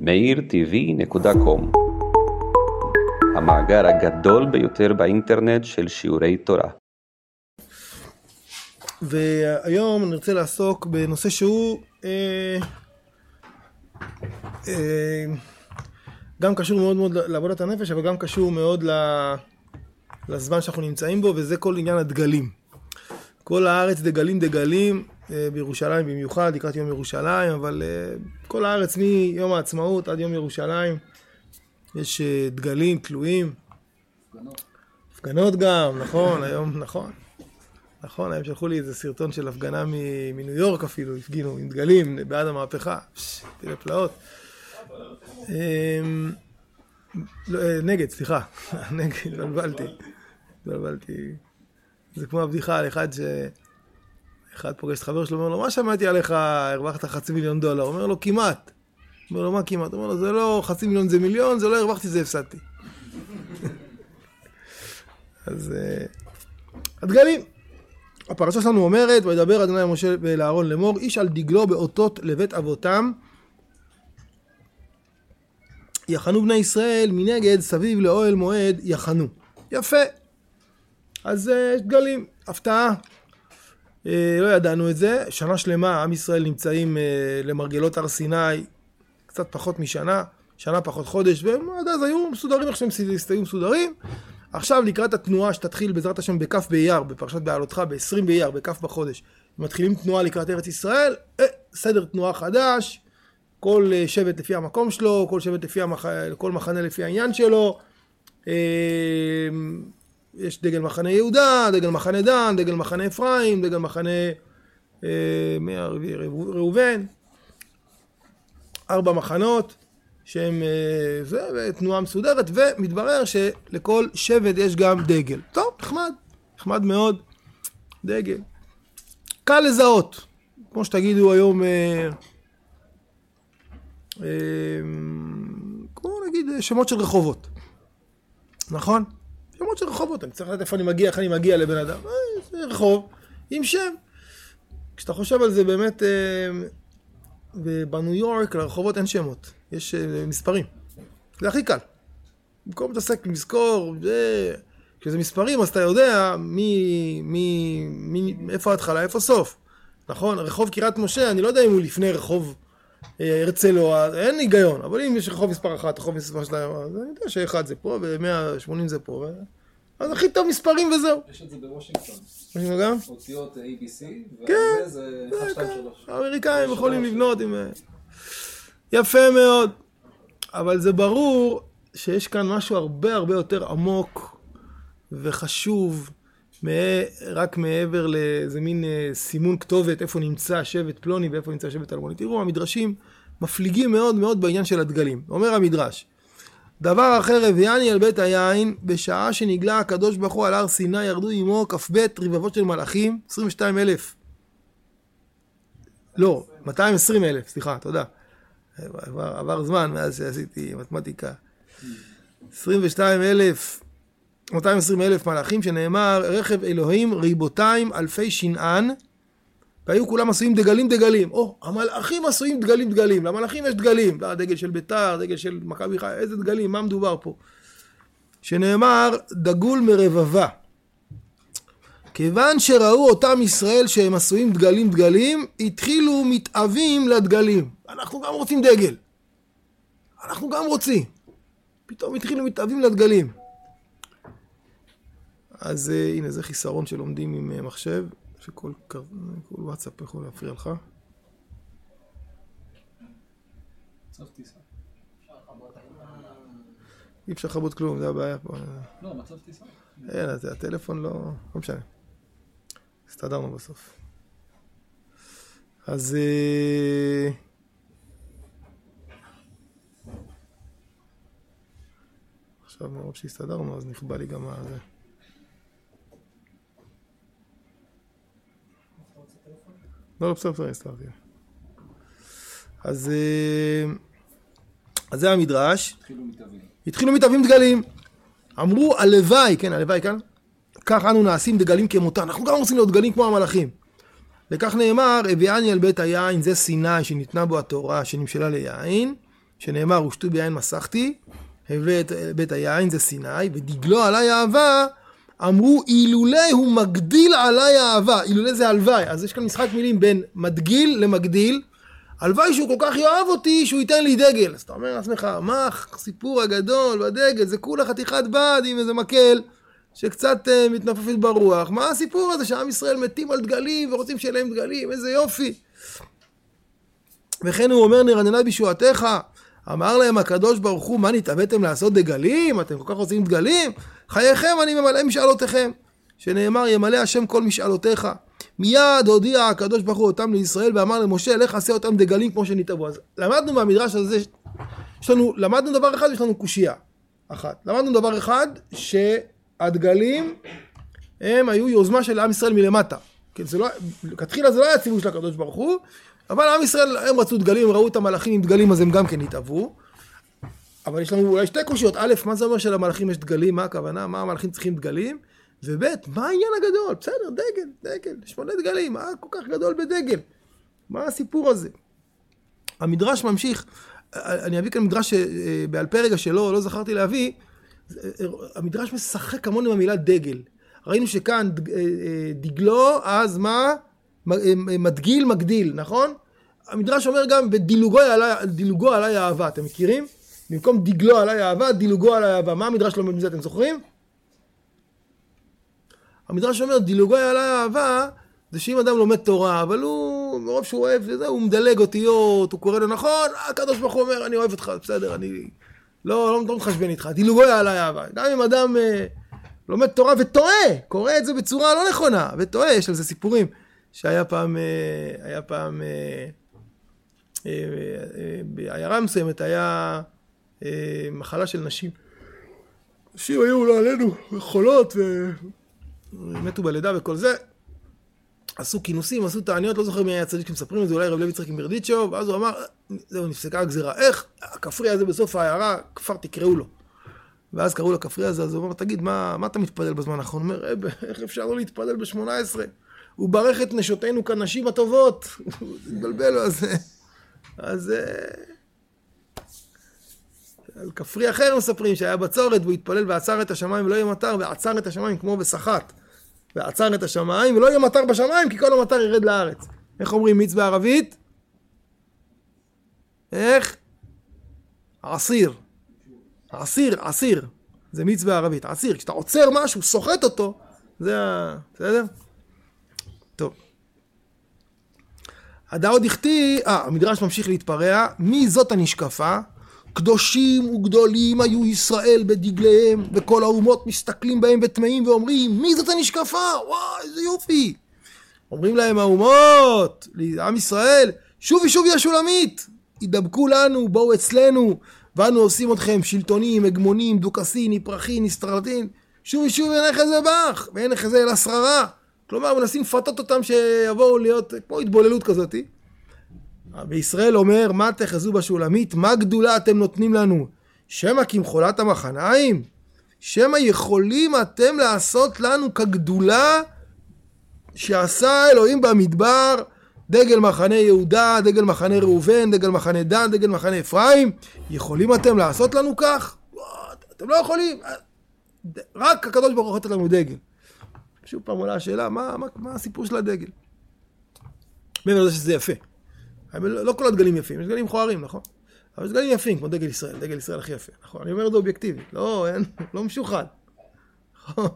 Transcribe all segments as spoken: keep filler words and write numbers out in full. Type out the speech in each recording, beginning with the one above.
מאיר טי וי נקודה קום, המאגר הגדול ביותר באינטרנט של שיעורי תורה. והיום אני רוצה לעסוק בנושא שהוא אה, אה, גם קשור מאוד מאוד לעבודת הנפש, אבל גם קשור מאוד לזמן שאנחנו נמצאים בו, וזה כל עניין הדגלים. כל הארץ דגלים דגלים, אה, בירושלים במיוחד, לקראת יום ירושלים, אבל אה, כל הארץ מיום העצמאות עד יום ירושלים, יש אה, דגלים תלויים. הפגנות. הפגנות גם, נכון, היום, נכון. נכון, הם שלחו לי איזה סרטון של הפגנה מניו יורק אפילו, הפגינו עם דגלים בעד המהפכה, תראה פלאות. נגד, סליחה, נגד, התבלבלתי, התבלבלתי. זה כמו הבדיחה על אחד ש... אחד פוגש את חבר שלו, אומר לו, מה שמעתי עליך, הרווחת חצי מיליון דולר? אומר לו, כמעט. אומר לו, מה כמעט? אומר לו, זה לא חצי מיליון זה מיליון, זה לא הרווחתי, זה הפסדתי. אז הדגלים. הפרשה שלנו אומרת, וידבר אדוני משה ואל אהרון לאמור, איש על דגלו באותות לבית אבותם, יחנו בני ישראל, מנגד סביב לאוהל מועד יחנו. יפה. אז יש דגלים, הפתעה. אה, לא ידענו את זה. שנה שלמה עם ישראל נמצאים אה, למרגלות הר סיני, קצת פחות משנה, שנה פחות חודש, ועד אז היו מסודרים, איך שהם הסתיימו מסודרים. עכשיו לקראת התנועה שתתחיל בעזרת השם בכף באייר, בפרשת בעלותך, ב-עשרים באייר, בכף בחודש, מתחילים תנועה לקראת ארץ ישראל, אה, סדר תנועה חדש, כל שבט לפי המקום שלו, כל שבט לפי המח... כל מחנה לפי העניין שלו, אה, יש דגל מחנה יהודה, דגל מחנה דן, דגל מחנה אפרים, דגל מחנה אה, ראובן, ארבע מחנות, שהם זה, תנועה מסודרת, ומתברר שלכל שבט יש גם דגל. טוב, נחמד, נחמד מאוד, דגל. קל לזהות, כמו שתגידו היום, אה, אה, כמו נגיד שמות של רחובות, נכון? שמות של רחובות, אני צריך לדעת איפה אני מגיע, איך אני מגיע לבן אדם, אה, זה רחוב עם שם. כשאתה חושב על זה באמת, אה, ובניו יורק לרחובות אין שמות. יש מספרים. זה הכי קל. במקום להתעסק לזכור, כשזה מספרים, אז אתה יודע מי, מי, מי, איפה ההתחלה, איפה סוף. נכון? רחוב קריית משה, אני לא יודע אם הוא לפני רחוב הרצל או... אין היגיון. אבל אם יש רחוב מספר אחת, רחוב מספר שתיים, אז אני יודע שאחד זה פה, ו-מאה ושמונים זה פה. אז הכי טוב מספרים וזהו. יש את זה בוושינגטון. וושינגטון גם? אותיות איי בי סי, כן. וזה אחת, שתיים, שלוש. האמריקאים יכולים לבנות עם... יפה מאוד, אבל זה ברור שיש כאן משהו הרבה הרבה יותר עמוק וחשוב, רק מעבר לאיזה מין סימון כתובת, איפה נמצא שבט פלוני ואיפה נמצא שבט אלמוני. תראו, המדרשים מפליגים מאוד מאוד בעניין של הדגלים. אומר המדרש, דבר אחר הביאני על בית היין, בשעה שנגלה הקדוש ברוך הוא על הר סיני, ירדו עמו כ"ב רבבות של מלאכים, עשרים ושתיים אלף. לא, מאתיים ועשרים אלף, סליחה, תודה. עבר, עבר זמן מאז שעשיתי מתמטיקה. עשרים ושתיים אלף, מאתיים ועשרים אלף מלאכים, שנאמר, רכב אלוהים ריבותיים אלפי שנען, והיו כולם עשויים דגלים דגלים. או, המלאכים עשויים דגלים דגלים. למלאכים יש דגלים. דגל של ביתר, דגל של מכבי חיפה, איזה דגלים, מה מדובר פה? שנאמר, דגול מרבבה. כיוון שראו אותם ישראל שהם עשויים דגלים דגלים, התחילו מתאבים לדגלים. אנחנו גם רוצים דגל. אנחנו גם רוצים. פתאום התחילו מתאבים לדגלים. אז uh, הנה, זה חיסרון שלומדים עם uh, מחשב, שכל כל וואטסאפ יכול להפריע לך. מצב טיסה. אי אפשר לחבות כלום, זה הבעיה פה. לא, מצב טיסה. אין, אז הטלפון לא... לא משנה. הסתדרנו בסוף. אז... Uh, עכשיו מרוב שהסתדרנו, אז נכבה לי גם מה זה. לא, לא, בסדר, בסדר, הסתדרתי. אז, אז זה המדרש. התחילו מתאבים. התחילו מתאבים דגלים. אמרו, הלוואי, כן, הלוואי כאן, כך אנו נעשים דגלים כמותה. אנחנו גם רוצים להיות דגלים כמו המלאכים. לכך נאמר, הביאני על בית היין, זה סיני שניתנה בו התורה שנמשלה ליין, שנאמר, ושתו ביין מסכתי, הביא את בית היין, זה סיני, ודגלו עליי אהבה, אמרו, אילולי הוא מגדיל עליי אהבה. אילולי זה הלוואי. אז יש כאן משחק מילים בין מדגיל למגדיל. הלוואי שהוא כל כך יאהב אותי, שהוא ייתן לי דגל. אז אתה אומר לעצמך, מה הסיפור הגדול בדגל? זה כולה חתיכת בד עם איזה מקל, שקצת uh, מתנפפת ברוח. מה הסיפור הזה שעם ישראל מתים על דגלים, ורוצים שיהיה להם דגלים? איזה יופי. וכן הוא אומר, נרננה בישועתך. אמר להם הקדוש ברוך הוא, מה נתאבתם לעשות דגלים? אתם כל כך רוצים דגלים? חייכם אני ממלא משאלותיכם. שנאמר, ימלא השם כל משאלותיך. מיד הודיע הקדוש ברוך הוא אותם לישראל, ואמר למשה, לך עשה אותם דגלים כמו שנתאבו. אז למדנו מהמדרש הזה, יש לנו, למדנו דבר אחד, יש לנו קושייה אחת. למדנו דבר אחד, שהדגלים הם היו יוזמה של עם ישראל מלמטה. כן, זה לא, כתחילה זה לא היה ציווי של הקדוש ברוך הוא, אבל עם ישראל, הם רצו דגלים, ראו את המלאכים עם דגלים, אז הם גם כן התאבו. אבל יש לנו אולי שתי קושיות. א', מה זה אומר שלמלאכים יש דגלים? מה הכוונה? מה המלאכים צריכים דגלים? וב', מה העניין הגדול? בסדר, דגל, דגל, שמונה דגלים, מה כל כך גדול בדגל? מה הסיפור הזה? המדרש ממשיך, אני אביא כאן מדרש בעל פה רגע שלא, לא זכרתי להביא, המדרש משחק המון עם המילה דגל. ראינו שכאן דגלו, אז מה? מדגיל, מגדיל, נכון? המדרש אומר גם בדילוגו עליי, דילוגו עליי אהבה, אתם מכירים? במקום דגלו עליי אהבה, דילוגו עליי אהבה. מה המדרש לומד מזה, אתם זוכרים? המדרש אומר, דילוגו עליי אהבה, זה שאם אדם לומד תורה, אבל הוא, מרוב שהוא אוהב לזה, הוא מדלג אותיות, הוא קורא לו נכון, הקדוש ברוך הוא אומר, אני אוהב אותך, בסדר, אני לא, לא, לא מתחשבן איתך, דילוגו עליי אהבה. גם אם אדם אה, לומד תורה וטועה, קורא את זה בצורה לא נכונה, וטועה, יש על זה סיפורים, שהיה פעם, אה, היה פעם, אה, אה, אה, בעיירה מסוימת, היה אה, מחלה של נשים. נשים היו לא עלינו, חולות ו... מתו בלידה וכל זה, עשו כינוסים, עשו תעניות, לא זוכר מי היה צדיק שמספרים את זה, אולי רב לוי יצחק מברדיצ'וב, ואז הוא אמר, זהו, נפסקה הגזירה, איך הכפרי הזה בסוף העיירה, כפר תקראו לו. ואז קראו לכפרי הזה, אז הוא אומר, תגיד, מה, מה אתה מתפלל בזמן האחרון? הוא אומר, איך אפשר לא להתפלל ב-שמונה עשרה? הוא ברך את נשותינו כנשים הטובות, הוא התבלבל לו, אז... אז... על כפרי אחר מספרים שהיה בצורת והוא התפלל ועצר את השמיים ולא יהיה מטר, ועצר את השמיים כמו בסחט, ועצר את השמיים ולא יהיה מטר בשמיים כי כל המטר ירד לארץ. איך אומרים מיץ בערבית? איך? עשיר. עשיר, עשיר. זה מיץ בערבית, עשיר. כשאתה עוצר משהו, סוחט אותו, זה ה... בסדר? טוב. הדעות דכתי, אה, המדרש ממשיך להתפרע, מי זאת הנשקפה? קדושים וגדולים היו ישראל בדגליהם, וכל האומות מסתכלים בהם ותמאים ואומרים, מי זאת הנשקפה? וואי, איזה יופי. אומרים להם האומות, לעם ישראל, שובי שובי השולמית, ידבקו לנו, בואו אצלנו, ואנו עושים אתכם שלטונים, הגמונים, דוקסין, נפרחין, נסטרלטין, שובי שובי אין איך איזה בח, ואין איך איזה אל השררה. כלומר, מנסים לפתות אותם שיבואו להיות כמו התבוללות כזאת. בישראל אומר, מה תחזו בשולמית? מה גדולה אתם נותנים לנו? שמה כמחולת המחניים? שמה יכולים אתם לעשות לנו כגדולה שעשה אלוהים במדבר? דגל מחנה יהודה, דגל מחנה ראובן, דגל מחנה דן, דגל מחנה אפרים. יכולים אתם לעשות לנו כך? אתם לא יכולים. רק הקדוש ברוך הוא לתת לנו דגל. שוב פעם עולה השאלה, מה, מה, מה הסיפור של הדגל? מעבר לזה שזה יפה. לא, לא כל הדגלים יפים, יש דגלים מכוערים, נכון? אבל יש דגלים יפים, כמו דגל ישראל, דגל ישראל הכי יפה, נכון? אני אומר את זה אובייקטיבי, לא, אין, לא משוחד. נכון?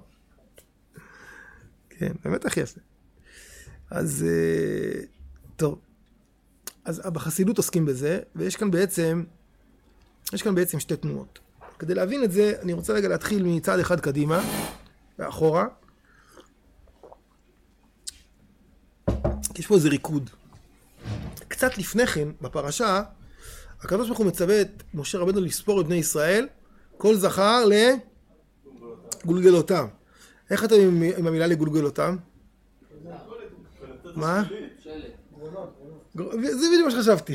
כן, באמת הכי יפה. אז, טוב. אז בחסידות עוסקים בזה, ויש כאן בעצם, יש כאן בעצם שתי תנועות. כדי להבין את זה, אני רוצה רגע להתחיל מצד אחד קדימה, ואחורה. יש פה איזה ריקוד. קצת לפני כן, בפרשה, הקדוש ברוך הוא מצווה את משה רבנו לספור את בני ישראל, כל זכר לגולגלותם. איך אתם עם, עם המילה לגולגלותם? מה? זה בדיוק מה שחשבתי.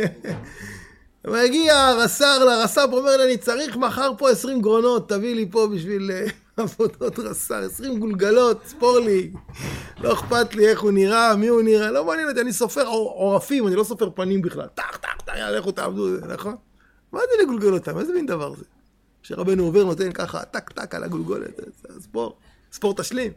מגיע הרס"ר לרס"ר, אומר לי, אני צריך מחר פה עשרים גרונות, תביא לי פה בשביל עבודות רס"ר, עשרים גולגלות, ספור לי. לא אכפת לי איך הוא נראה, מי הוא נראה, לא מעניין אותי, אני סופר עורפים, אני לא סופר פנים בכלל. טח, טח, טח, לכו תעבדו, נכון? מה זה לגולגל אותם? איזה מין דבר זה? שרבנו עובר נותן ככה, טק טק על הגולגולת, זה ספורט, ספורט תשלים.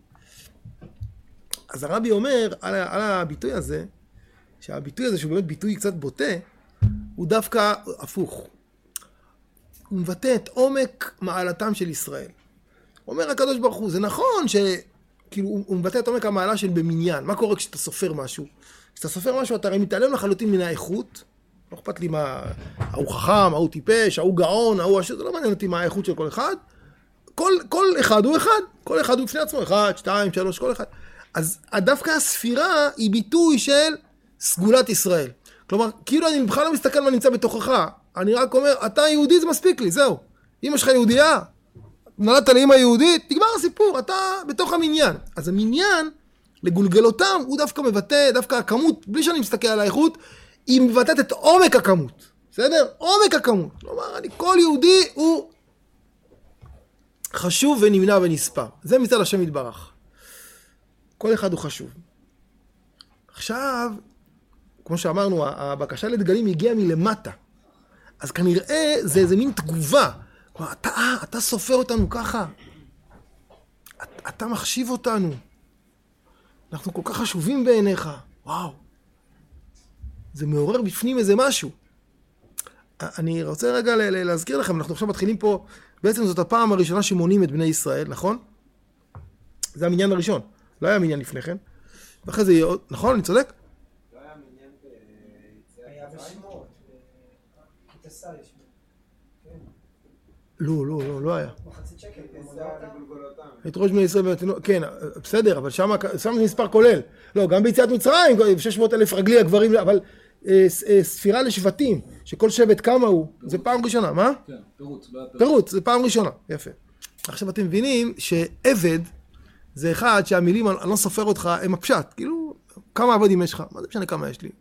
אז הרבי אומר על, על הביטוי הזה, שהביטוי הזה שהוא באמת ביטוי קצת בוטה, הוא דווקא הפוך. הוא מבטא את עומק מעלתם של ישראל. אומר הקדוש ברוך הוא, זה נכון שכאילו הוא מבטא את עומק המעלה של במניין. מה קורה כשאתה סופר משהו? כשאתה סופר משהו אתה הרי מתעלם לחלוטין מן האיכות. לא אכפת לי מה, ההוא חכם, ההוא טיפש, ההוא גאון, ההוא אשר, זה לא מעניין אותי מה האיכות של כל אחד. כל, כל אחד הוא אחד. כל אחד הוא בפני עצמו, אחד, שתיים, שלוש, כל אחד. אז דווקא הספירה היא ביטוי של סגולת ישראל. כלומר, כאילו אני בכלל לא מסתכל מה נמצא בתוכך. אני רק אומר, אתה יהודי זה מספיק לי, זהו. אמא שלך יהודייה, נולדת לאמא יהודית, תגמר הסיפור, אתה בתוך המניין. אז המניין, לגולגלותם, הוא דווקא מבטא, דווקא הכמות, בלי שאני מסתכל על האיכות, היא מבטאת את עומק הכמות. בסדר? עומק הכמות. כלומר, אני, כל יהודי הוא חשוב ונמנע ונספר. זה מצד השם יתברך. כל אחד הוא חשוב. עכשיו, כמו שאמרנו, הבקשה לדגלים הגיעה מלמטה. אז כנראה זה איזה מין תגובה. כלומר, אתה, אתה סופר אותנו ככה. אתה, אתה מחשיב אותנו. אנחנו כל כך חשובים בעיניך. וואו. זה מעורר בפנים איזה משהו. אני רוצה רגע להזכיר לכם, אנחנו עכשיו מתחילים פה, בעצם זאת הפעם הראשונה שמונים את בני ישראל, נכון? זה המניין הראשון. לא היה מניין לפני כן. ואחרי זה יהיה עוד, נכון? אני צודק? לא היה מניין היה בשמות. כתסה יש. לא, לא, לא, לא היה. מחצית שקל. את ראש בני ישראל, כן, בסדר, אבל שם זה מספר כולל. לא, גם ביציאת מצרים, שש מאות אלף רגלי הגברים, אבל ספירה לשבטים, שכל שבט כמה הוא, זה פעם ראשונה, מה? כן, פירוט, לא היה פירוט. פירוט, זה פעם ראשונה, יפה. עכשיו אתם מבינים שעבד זה אחד שהמילים, אני לא סופר אותך, הם הפשט, כאילו, כמה עבדים יש לך? מה זה משנה כמה יש לי?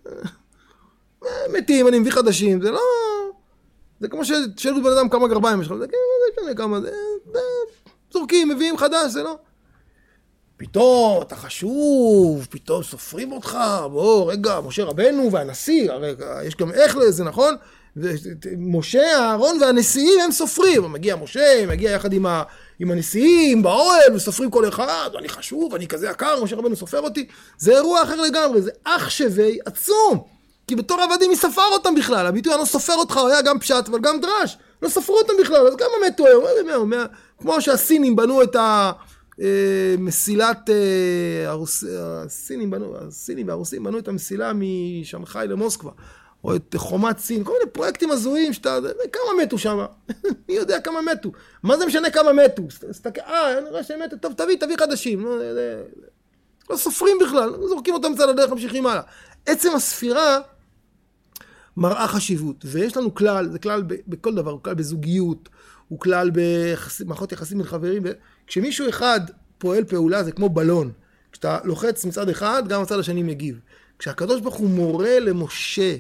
מתים, אני מביא חדשים, זה לא... זה כמו ששאלו בן אדם כמה גרביים יש לך, זה כאילו, כמה, זה, זה, זורקים, מביאים חדש, זה לא. פתאום, אתה חשוב, פתאום סופרים אותך, בוא, רגע, משה רבנו והנשיא, הרי יש גם איך לזה, נכון? משה, אהרון והנשיאים הם סופרים, מגיע משה, מגיע יחד עם, ה, עם הנשיאים באוהל, וסופרים כל אחד, אני חשוב, אני כזה יקר, משה רבנו סופר אותי, זה אירוע אחר לגמרי, זה אח שווה עצום. כי בתור עבדים היא ספר אותם בכלל, הביטוי אני לא סופר אותך, הוא היה גם פשט, אבל גם דרש, לא ספרו אותם בכלל, אז כמה מתו היום, כמו שהסינים בנו את המסילת, הסינים בנו, הסינים והרוסים בנו את המסילה משנגחאי למוסקבה, או את חומת סין, כל מיני פרויקטים הזויים, שאתה, כמה מתו שם, מי יודע כמה מתו, מה זה משנה כמה מתו, אה, אני רואה שהם מתו, טוב, תביא, תביא חדשים, לא סופרים בכלל, זורקים אותם מצד הדרך, ממשיכים הלאה. עצם הספירה מראה חשיבות, ויש לנו כלל, זה כלל בכל דבר, הוא כלל בזוגיות, הוא כלל במערכות יחסים בין חברים, כשמישהו אחד פועל פעולה זה כמו בלון, כשאתה לוחץ מצד אחד, גם הצד השני מגיב. כשהקדוש ברוך הוא מורה למשה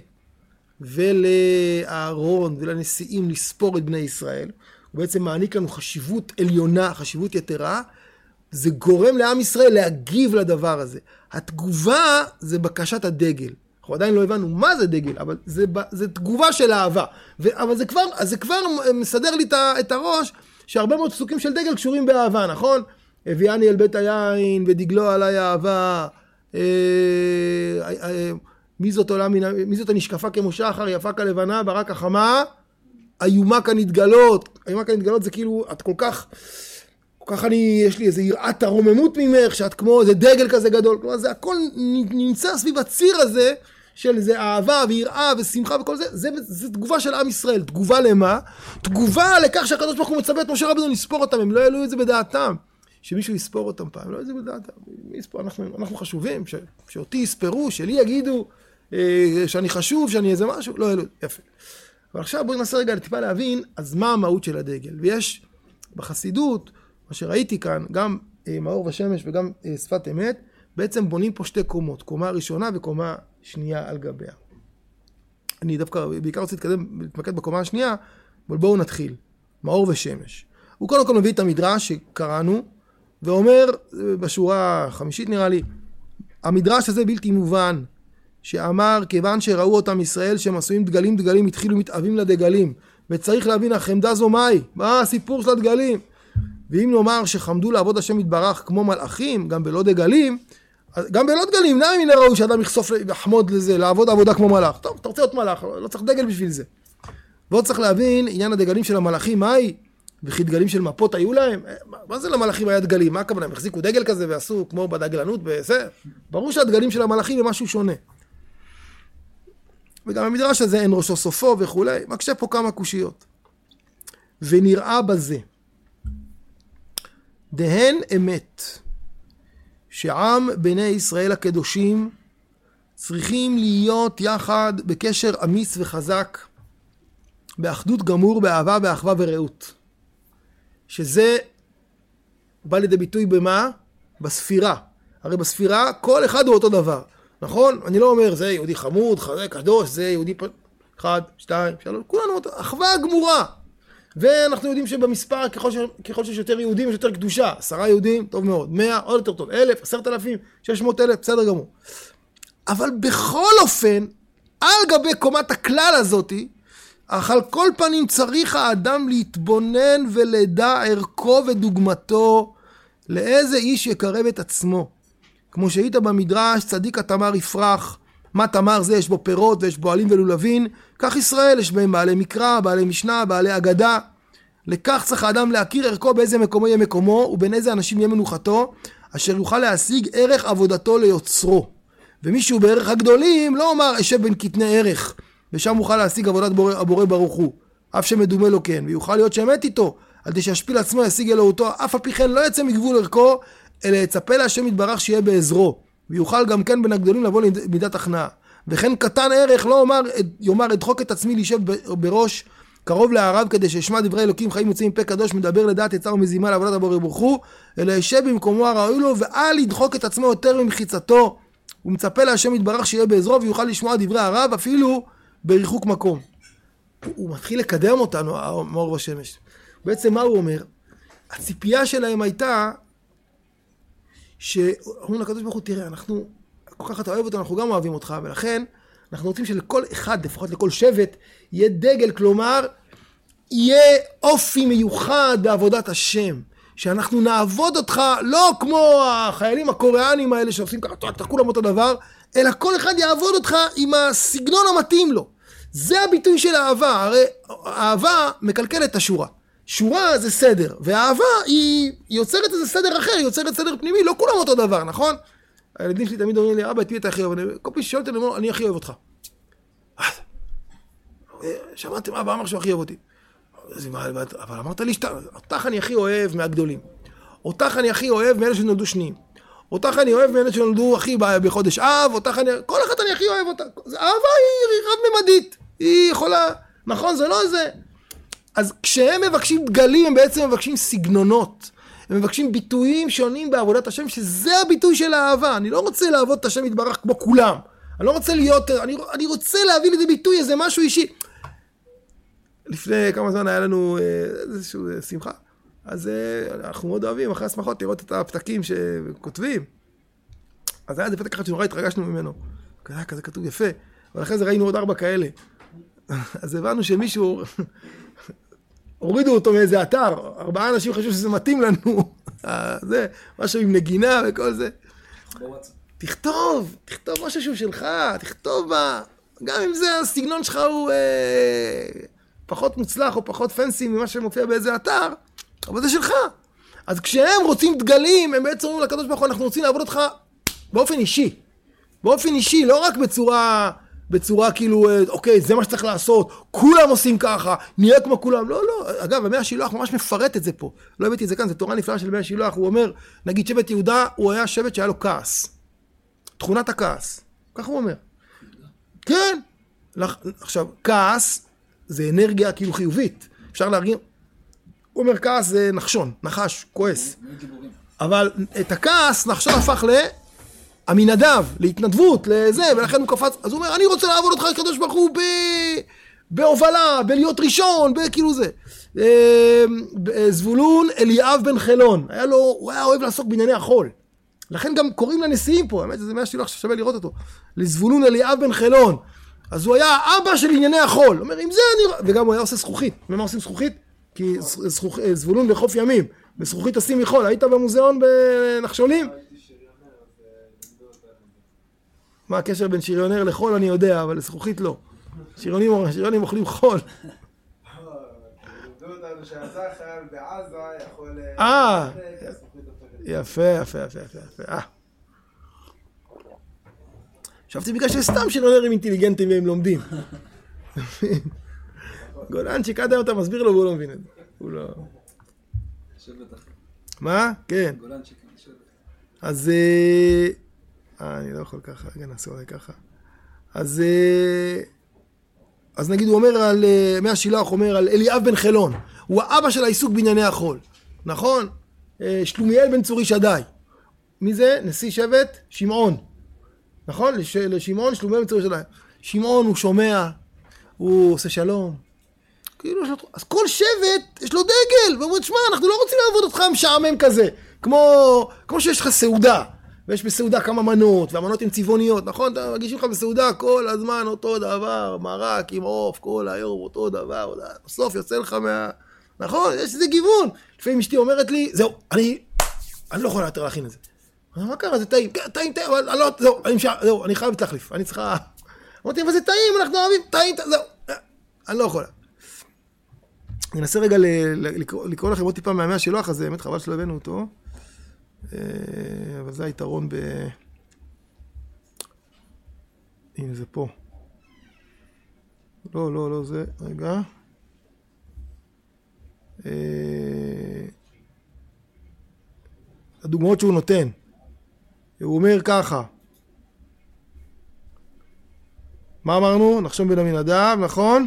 ולאהרון ולנשיאים לספור את בני ישראל, הוא בעצם מעניק לנו חשיבות עליונה, חשיבות יתרה, זה גורם לעם ישראל להגיב לדבר הזה. התגובה זה בקשת הדגל. אנחנו עדיין לא הבנו מה זה דגל, אבל זה, זה תגובה של אהבה. ו, אבל זה כבר, זה כבר מסדר לי את הראש, שהרבה מאוד פסוקים של דגל קשורים באהבה, נכון? הביאני אל בית היין ודגלו עליי אהבה. אה, אה, מי זאת עולה, מי זאת הנשקפה כמו שחר, יפה כלבנה, ברק החמה, איומה כנתגלות. איומה כנתגלות זה כאילו, את כל כך... ככה אני, יש לי איזו יראת הרוממות ממך, שאת כמו איזה דגל כזה גדול. כלומר, זה הכל נמצא סביב הציר הזה, של איזה אהבה ויראה ושמחה וכל זה. זה, זה תגובה של עם ישראל. תגובה למה? תגובה לכך שהקדוש ברוך הוא מצווה את משה רבנו לספור אותם. הם לא העלו את זה בדעתם. שמישהו יספור אותם פעם. לא העלו את זה בדעתם. מי יספור? אנחנו, אנחנו חשובים. ש, שאותי יספרו, שלי יגידו, אה, שאני חשוב, שאני איזה משהו. לא העלו. יפה. אבל עכשיו בואו ננסה רגע טיפה להבין, אז מה המהות של הדגל? ויש בחסידות, מה שראיתי כאן, גם אה, מאור ושמש וגם אה, שפת אמת, בעצם בונים פה שתי קומות, קומה ראשונה וקומה שנייה על גביה. אני דווקא בעיקר רוצה להתקדם, להתמקד בקומה השנייה, אבל בואו נתחיל. מאור ושמש. הוא קודם כל מביא את המדרש שקראנו, ואומר בשורה החמישית נראה לי, המדרש הזה בלתי מובן, שאמר, כיוון שראו אותם ישראל שהם עשויים דגלים, דגלים התחילו מתאבים לדגלים. וצריך להבין, החמדה זו מהי? מה הסיפור של הדגלים? ואם נאמר שחמדו לעבוד השם יתברך כמו מלאכים, גם בלא דגלים, גם בלא דגלים, למה מן הראוי שאדם יחשוף לחמוד לזה, לעבוד עבודה כמו מלאך? טוב, אתה רוצה להיות מלאך, לא צריך דגל בשביל זה. ועוד צריך להבין, עניין הדגלים של המלאכים, מהי? וכי דגלים של מפות היו להם? מה זה למלאכים היה דגלים? מה הכוונה? הם החזיקו דגל כזה ועשו כמו בדגלנות, בסדר? ברור שהדגלים של המלאכים הם משהו שונה. וגם המדרש הזה אין ראשו סופו וכולי, מקשה פה כמה קושיות. ונראה בזה, דהן אמת, שעם בני ישראל הקדושים צריכים להיות יחד בקשר אמיץ וחזק, באחדות גמור, באהבה, באחווה ורעות. שזה בא לידי ביטוי במה? בספירה. הרי בספירה כל אחד הוא אותו דבר. נכון? אני לא אומר, זה יהודי חמוד, חזק, קדוש, זה יהודי פ... אחד, שתיים, שלוש, כולנו אותו, אחווה גמורה. ואנחנו יודעים שבמספר, ככל, ש... ככל שיש יותר יהודים, יש יותר קדושה. עשרה יהודים, טוב מאוד. מאה, עוד יותר טוב. אלף, עשרת אלפים, שש מאות אלף, בסדר גמור. אבל בכל אופן, על גבי קומת הכלל הזאת, אך על כל פנים צריך האדם להתבונן ולדע ערכו ודוגמתו, לאיזה איש יקרב את עצמו. כמו שהיית במדרש, צדיק התמר יפרח, מה תמר זה? יש בו פירות ויש בו עלים ולולבין, כך ישראל יש בהם בעלי מקרא, בעלי משנה, בעלי אגדה. לכך צריך האדם להכיר ערכו באיזה מקומו יהיה מקומו, ובין איזה אנשים יהיה מנוחתו, אשר יוכל להשיג ערך עבודתו ליוצרו. ומישהו בערך הגדולים לא אומר אשב בין קטני ערך, ושם יוכל להשיג עבודת בורא, הבורא ברוך הוא, אף שמדומה לו כן, ויוכל להיות שאמת איתו, על די שישפיל עצמו ישיג אלוהותו, אף על פי כן לא יצא מגבול ערכו, אלא יצפה להשם יתברך שיהיה בעזרו, ויוכל גם כן בין הגדולים לבוא למידת הכנעה. וכן קטן ערך לא אומר, יאמר אדחוק את עצמי להישב בראש קרוב לערב, כדי שישמע דברי אלוקים חיים יוצאים מפה קדוש, מדבר לדעת יצר ומזימה לעבודת הבורא ברוך הוא, אלא ישב במקומו הראוי לו, ואל ידחוק את עצמו יותר ממחיצתו, הוא מצפה להשם יתברך שיהיה בעזרו, ויוכל לשמוע דברי הרב אפילו בריחוק מקום. הוא מתחיל לקדם אותנו, מאור בשמש. בעצם מה הוא אומר? הציפייה שלהם הייתה, שאומרים לקדוש ברוך הוא, תראה, אנחנו, כל כך אתה אוהב אותנו, אנחנו גם אוהבים אותך, ולכן אנחנו רוצים שלכל אחד, לפחות לכל שבט, יהיה דגל, כלומר, יהיה אופי מיוחד בעבודת השם. שאנחנו נעבוד אותך, לא כמו החיילים הקוריאנים האלה שעושים ככה, אתה כולם אותו דבר, אלא כל אחד יעבוד אותך עם הסגנון המתאים לו. זה הביטוי של האהבה. הרי האהבה מקלקלת את השורה. שורה זה סדר, והאהבה היא יוצרת איזה סדר אחר, היא יוצרת סדר פנימי, לא כולם אותו דבר, נכון? הילדים שלי תמיד אומרים לי, אבא, את מי אתה הכי אוהב? כל פעם ששאלתי, אני אומר, אני הכי אוהב אותך. שמעתם, אבא אמר שהוא הכי אוהב אותי. אבל אמרת לי, אותך אני הכי אוהב מהגדולים. אותך אני הכי אוהב מאלה שנולדו שניים. אותך אני אוהב מאלה שנולדו הכי בחודש אב, אותך אני... כל אחד אני הכי אוהב אותה. האהבה היא רב-ממדית. היא יכולה... נכון, זה לא זה. אז כשהם מבקשים דגלים, הם בעצם מבקשים סגנונות. הם מבקשים ביטויים שונים בעבודת השם, שזה הביטוי של האהבה. אני לא רוצה לעבוד את השם יתברך כמו כולם. אני לא רוצה להיות... אני, אני רוצה להביא לידי ביטוי איזה משהו אישי. לפני כמה זמן היה לנו איזושהי שמחה. אז אנחנו מאוד אוהבים אחרי השמחות לראות את הפתקים שכותבים. אז היה איזה פתק אחד שנורא התרגשנו ממנו. כזה, כזה כתוב יפה. אבל אחרי זה ראינו עוד ארבע כאלה. אז הבנו שמישהו... הורידו אותו מאיזה אתר. ארבעה אנשים חשבו שזה מתאים לנו. זה, משהו עם נגינה וכל זה. תכתוב, תכתוב משהו שהוא שלך. תכתוב בה. גם אם זה הסגנון שלך הוא... פחות מוצלח או פחות פנסי ממה שמופיע באיזה אתר, אבל זה שלך. אז כשהם רוצים דגלים, הם בעצם אומרים לקדוש ברוך הוא, אנחנו רוצים לעבוד אותך באופן אישי. באופן אישי, לא רק בצורה, בצורה כאילו, אוקיי, זה מה שצריך לעשות, כולם עושים ככה, נהיה כמו כולם. לא, לא. אגב, המאה השילוח ממש מפרט את זה פה. לא הבאתי את זה כאן, זה תורה נפלאה של מאה השילוח. הוא אומר, נגיד שבט יהודה, הוא היה שבט שהיה לו כעס. תכונת הכעס. כך הוא אומר. כן. עכשיו, כעס, זה אנרגיה כאילו חיובית. אפשר להרגיע. הוא אומר, כעס זה נחשון, נחש, כועס. אבל את הכעס נחשון הפך לעמינדב, להתנדבות, לזה, ולכן הוא קפץ. אז הוא אומר, אני רוצה לעבוד אותך הקדוש ברוך הוא בהובלה, בלהיות ראשון, בכאילו זה. זבולון אליאב בן חילון. היה לו, הוא היה אוהב לעסוק בענייני החול. לכן גם קוראים לנשיאים פה, האמת, זה מהשילוח ששווה לראות אותו. לזבולון אליאב בן חילון. אז הוא היה האבא של ענייני החול. הוא אומר, עם זה אני... וגם הוא היה עושה זכוכית. ומה עושים זכוכית? כי זכוכ... זבולון בחוף ימים. בזכוכית עושים מחול. היית במוזיאון בנחשולים? מה הקשר בין שריונר לחול אני יודע, אבל לזכוכית לא. שריונים, שריונים אוכלים חול. לימדו אותנו שהזכר בעזה יכול... אה, יפה, יפה, יפה, יפה. אה. חשבתי בגלל שסתם שריונרים אינטליגנטים והם לומדים. גולנצ'יק עד היום אתה מסביר לו והוא לא מבין את זה. הוא לא... שבט אחר. מה? כן. גולנצ'יק, שבט. אז... אה, אני לא יכול ככה, רגע נעשה אולי ככה. אז... אז נגיד הוא אומר על... מהשילוח אומר על אליאב בן חילון. הוא האבא של העיסוק בענייני החול. נכון? שלומיאל בן צורי שדאי. מי זה? נשיא שבט? שמעון. נכון? לש... לשמעון שלומיאל בן צורי שדאי. שמעון הוא שומע, הוא עושה שלום. כאילו, אז כל שבט יש לו דגל. ואומרים, שמע, אנחנו לא רוצים לעבוד אותך משעמם כזה. כמו, כמו שיש לך סעודה. ויש בסעודה כמה מנות, והמנות הן צבעוניות, נכון? אתה מגישים לך בסעודה כל הזמן אותו דבר, מרק עם עוף, כל היום אותו דבר, בסוף יוצא לך מה... נכון? יש איזה גיוון. לפעמים אשתי אומרת לי, זהו, אני, אני לא יכולה יותר להכין את זה. מה קרה? זה טעים, טעים, טעים, אבל לא, זהו, אני, זהו, אני חייבת להחליף, אני צריכה... אמרתי, אבל זה טעים, אנחנו אוהבים, טעים, זהו, אני לא יכולה. אני אנסה רגע לקרוא לכם עוד טיפה מהמאה השילוח הזה, באמת חבל שלא הבאנו אותו. אבל זה היתרון ב... הנה זה פה. לא, לא, לא זה. רגע. הדוגמאות שהוא נותן. הוא אומר ככה. מה אמרנו? נחשון בן עמינדב, נכון?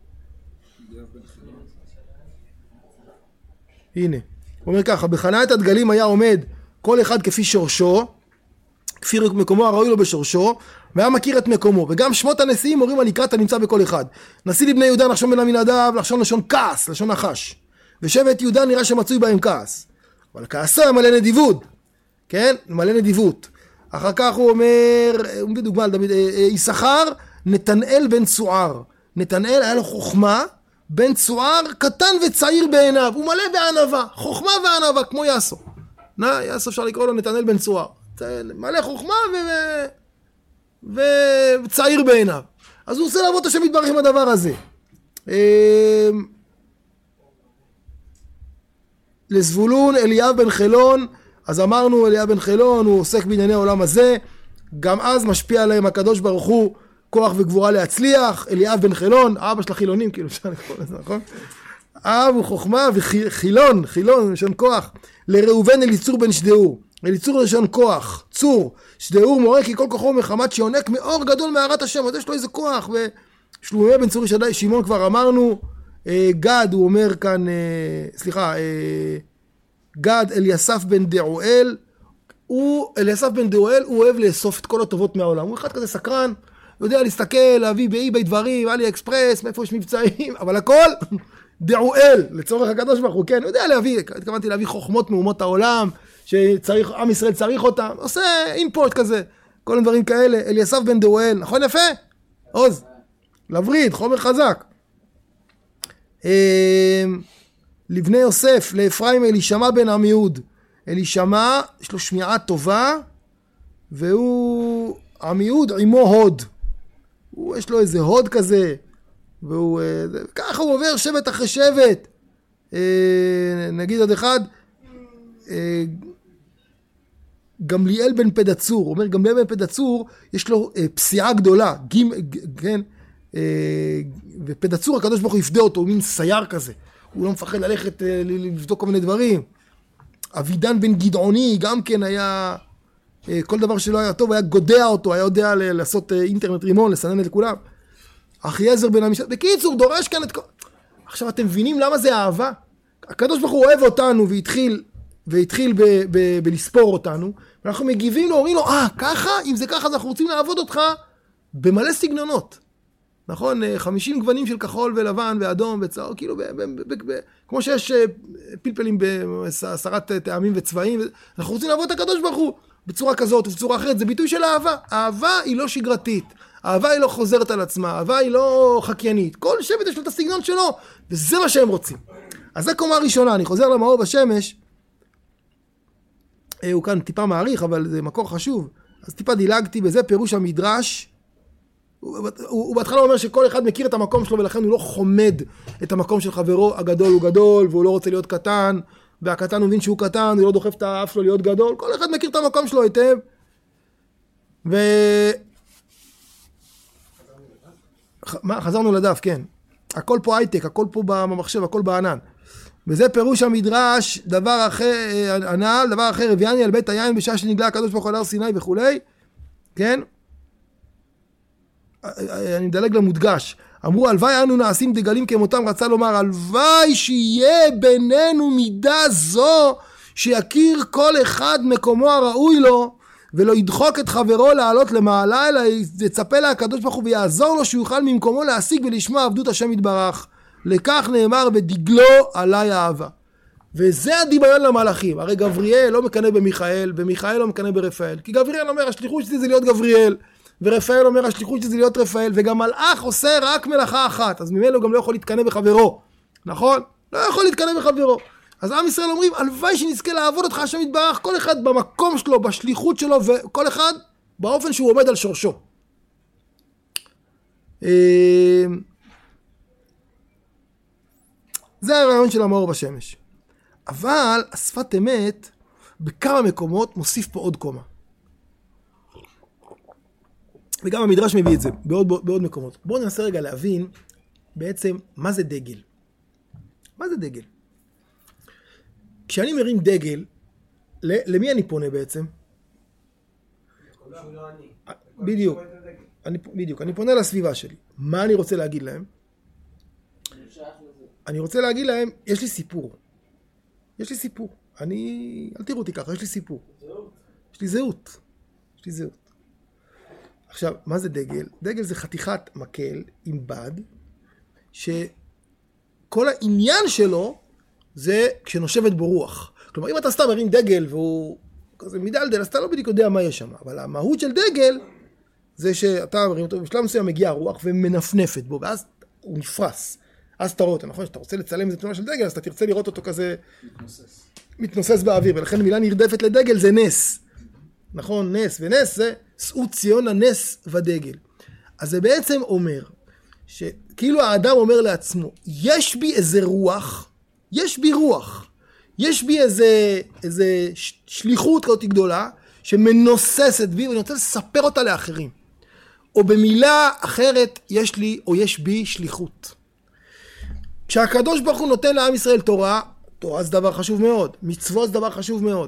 הנה. הוא אומר ככה, בחניית הדגלים היה עומד כל אחד כפי שורשו, כפי מקומו הראוי לו בשורשו, והיה מכיר את מקומו. וגם שמות הנשיאים מורים על לקראת הנמצא בכל אחד. נשיא לבני יהודה נחשון בן עמינדב, נחשון לשון כעס, לשון נחש. ושבט יהודה נראה שמצוי בהם כעס. אבל כעסה מלא נדיבות. כן? מלא נדיבות. אחר כך הוא אומר, הוא מביא דוגמה על דוד, יששכר, נתנאל בן צוער. נתנאל היה לו חוכמה, בן צוער קטן וצעיר בעיניו. הוא מלא בענווה. חוכמה וענווה, כמו יאסו. נא, יאסו אפשר לקרוא לו נתנאל בן צוער. מלא חוכמה ו... וצעיר בעיניו. אז הוא עושה לעבוד את השם יתברך עם הדבר הזה. לזבולון אליאב בן חילון, אז אמרנו אליאב בן חילון, הוא עוסק בענייני העולם הזה, גם אז משפיע עליהם הקדוש ברוך הוא כוח וגבורה להצליח. אליאב בן חילון, אבא של החילונים, כאילו אפשר לקרוא לזה, נכון? אב הוא חוכמה וחילון, חילון לשון כוח. לראובן אליצור בן שדאור, אליצור לשון כוח, צור, שדאור מורה כי כל כוחו מחמת שיונק מאור גדול מערת השם, אז יש לו איזה כוח. ושלומי בן צורי שדאי, שמעון כבר אמרנו, גד הוא אומר כאן, סליחה, גד אליסף בן דעואל, הוא, אליסף בן דעואל, הוא אוהב לאסוף את כל הטובות מהעולם, הוא אחד כזה סקרן, יודע להסתכל, להביא באי-ביי דברים, אלי אקספרס, מאיפה יש מבצעים, אבל הכל דעואל, לצורך הקדוש ברוך הוא, כן, הוא יודע להביא, התכוונתי להביא חוכמות מאומות העולם, שצריך, עם ישראל צריך אותם, עושה אינפורט כזה, כל הדברים כאלה. אליסף בן דעואל, נכון יפה? עוז, לבריד, חומר חזק. לבני יוסף, לאפרים אלישמע בן עמיהוד. אלישמע, יש לו שמיעה טובה, והוא, עמיהוד עמו הוד. הוא, יש לו איזה הוד כזה, והוא, ככה הוא עובר שבט אחרי שבט. נגיד עוד אחד, גמליאל בן פדצור, אומר גמליאל בן פדצור, יש לו פסיעה גדולה, גימ, כן, ופדצור הקדוש ברוך הוא יפדה אותו, הוא מין סייר כזה, הוא לא מפחד ללכת לבדוק כל מיני דברים. אבידן בן גדעוני גם כן היה, כל דבר שלא היה טוב היה גודע אותו, היה יודע לעשות אינטרנט רימון, לסנן את לכולם. אחייעזר בן עמישת, בקיצור דורש כאן את כל... עכשיו אתם מבינים למה זה אהבה? הקדוש ברוך הוא אוהב אותנו והתחיל, והתחיל ב, ב, בלספור אותנו, ואנחנו מגיבים לו, אומרים לו, אה, ככה? אם זה ככה, אז אנחנו רוצים לעבוד אותך במלא סגנונות. נכון? חמישים גוונים של כחול ולבן ואדום וצהוב, כאילו, ב, ב, ב, ב, ב, כמו שיש פלפלים בעשרת טעמים וצבעים, אנחנו רוצים לעבוד את הקדוש ברוך הוא. בצורה כזאת ובצורה אחרת, זה ביטוי של אהבה. אהבה היא לא שגרתית, אהבה היא לא חוזרת על עצמה, אהבה היא לא חקיינית. כל שבט יש לו את הסגנון שלו, וזה מה שהם רוצים. אז זה קומה ראשונה, אני חוזר למאור בשמש, הוא כאן טיפה מעריך, אבל זה מקור חשוב, אז טיפה דילגתי, בזה פירוש המדרש, הוא, הוא, הוא בהתחלה אומר שכל אחד מכיר את המקום שלו, ולכן הוא לא חומד את המקום של חברו, הגדול הוא גדול, והוא לא רוצה להיות קטן, והקטן הוא מבין שהוא קטן, הוא לא דוחף את האף שלו להיות גדול, כל אחד מכיר את המקום שלו היטב, ו... מה? חזרנו לדף, כן. הכל פה הייטק, הכל פה במחשב, הכל בענן. וזה פירוש המדרש, דבר אחר, הנעל, דבר אחר, הביאני על בית היין בשעה שנגלה הקדוש ברוך הוא על הר סיני וכולי, כן? אני מדלג למודגש. אמרו, הלוואי אנו נעשים דגלים כמותם, רצה לומר, הלוואי שיהיה בינינו מידה זו, שיכיר כל אחד מקומו הראוי לו, ולא ידחוק את חברו לעלות למעלה, אלא יצפה לה הקדוש ברוך הוא ויעזור לו שיוכל ממקומו להשיג ולשמוע עבדות השם יתברך. לכך נאמר בדגלו עלי אהבה. וזה הדמיון למלאכים. הרי גבריאל לא מקנא במיכאל, ומיכאל לא מקנא ברפאל. כי גבריאל אומר, השליחות שלי זה להיות גבריאל, ורפאל אומר, השליחות שלי זה להיות רפאל, וגם מלאך עושה רק מלאכה אחת, אז ממילא הוא גם לא יכול להתקנא בחברו. נכון? לא יכול להתקנא בחברו. אז עם ישראל אומרים, הלוואי שנזכה לעבוד אותך השם יתברך, כל אחד במקום שלו, בשליחות שלו, וכל אחד באופן שהוא עומד על שורשו. זה הרעיון של המאור בשמש. אבל השפת אמת, בכמה מקומות, מוסיף פה עוד קומה. וגם המדרש מביא את זה, בעוד, בעוד מקומות. בואו ננסה רגע להבין, בעצם, מה זה דגל. מה זה דגל? כשאני מרים דגל, למי אני פונה בעצם? בדיוק. אני, בדיוק, אני פונה לסביבה שלי. מה אני רוצה להגיד להם? אני רוצה להגיד להם, יש לי סיפור. יש לי סיפור. אני, אל תראו אותי ככה, יש לי סיפור. יש לי זהות. יש לי זהות. עכשיו, מה זה דגל? דגל זה חתיכת מקל עם בד, שכל העניין שלו זה כשנושבת בו רוח. כלומר, אם אתה סתם מרים דגל והוא כזה מדלדל, אז אתה לא בדיוק יודע מה יש שם. אבל המהות של דגל זה שאתה מרים אותו, בשלב מסוים מגיעה רוח ומנפנפת בו, ואז הוא נפרס. אז אתה רואה אותו, נכון? שאתה רוצה לצלם איזה תמונה של דגל, אז אתה תרצה לראות אותו כזה מתנוסס, מתנוסס באוויר, ולכן מילה נרדפת לדגל זה נס. נכון? נס, ונס זה שאו ציון הנס ודגל. אז זה בעצם אומר, שכאילו האדם אומר לעצמו, יש בי איזה רוח, יש בי רוח, יש בי איזה, איזה שליחות כזאת גדולה, שמנוססת בי, ואני רוצה לספר אותה לאחרים. או במילה אחרת, יש לי, או יש בי שליחות. כשהקדוש ברוך הוא נותן לעם ישראל תורה, תורה זה דבר חשוב מאוד, מצוות זה דבר חשוב מאוד.